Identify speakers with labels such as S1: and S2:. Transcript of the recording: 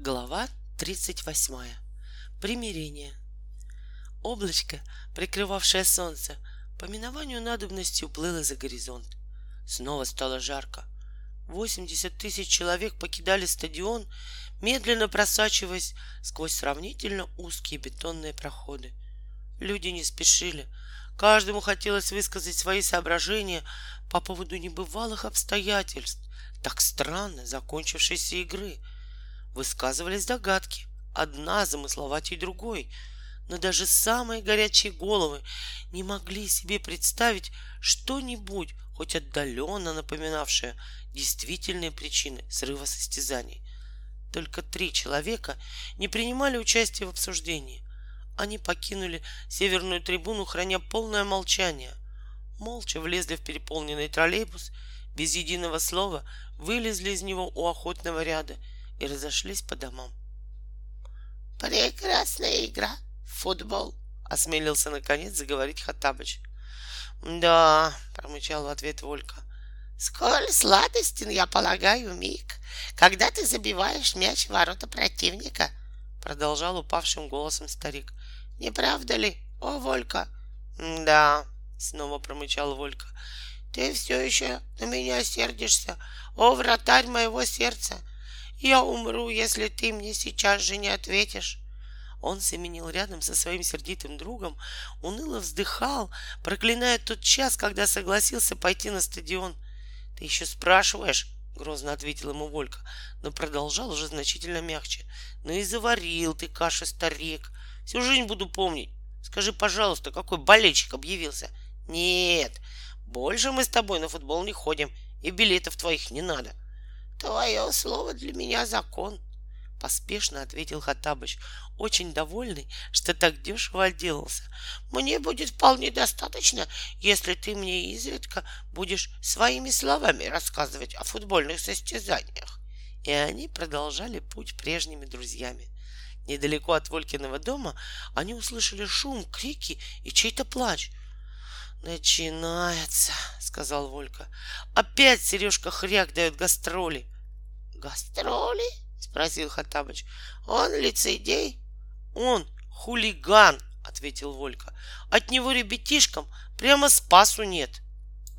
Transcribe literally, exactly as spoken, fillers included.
S1: Глава тридцать восьмая. Примирение. Облачко, прикрывавшее солнце, по минованию надобности уплыло за горизонт. Снова стало жарко. Восемьдесят тысяч человек покидали стадион, медленно просачиваясь сквозь сравнительно узкие бетонные проходы. Люди не спешили. Каждому хотелось высказать свои соображения по поводу небывалых обстоятельств так странно закончившейся игры. Высказывались догадки, одна замысловатей другой, но даже самые горячие головы не могли себе представить что-нибудь, хоть отдаленно напоминавшее действительные причины срыва состязаний. Только три человека не принимали участия в обсуждении. Они покинули северную трибуну, храня полное молчание. Молча влезли в переполненный троллейбус, без единого слова вылезли из него у охотного ряда и разошлись по домам.
S2: Прекрасная игра в футбол,
S1: осмелился наконец заговорить Хоттабыч. Да, промычал в ответ Волька.
S2: Сколь сладостен, я полагаю, миг, когда ты забиваешь мяч в ворота противника,
S1: продолжал упавшим голосом старик.
S2: Не правда ли, о Волька?
S1: Да, снова промычал Волька.
S2: Ты все еще на меня сердишься, о вратарь моего сердца. Я умру, если ты мне сейчас же не ответишь.
S1: Он семенил рядом со своим сердитым другом, уныло вздыхал, проклиная тот час, когда согласился пойти на стадион. — Ты еще спрашиваешь? — грозно ответил ему Волька, но продолжал уже значительно мягче. — Ну и заварил ты кашу, старик. Всю жизнь буду помнить. Скажи, пожалуйста, какой болельщик объявился? — Нет, больше мы с тобой на футбол не ходим, и билетов твоих не надо.
S2: — Твое слово для меня закон,
S1: — поспешно ответил Хоттабыч, очень довольный, что так дешево отделался.
S2: — Мне будет вполне достаточно, если ты мне изредка будешь своими словами рассказывать о футбольных состязаниях.
S1: И они продолжали путь прежними друзьями. Недалеко от Волькиного дома они услышали шум, крики и чей-то плач. «Начинается», — сказал Волька. «Опять Сережка Хряк дает гастроли».
S2: «Гастроли?» — спросил Хоттабыч.
S1: «Он лицедей?» «Он хулиган», — ответил Волька. «От него ребятишкам прямо спасу нет».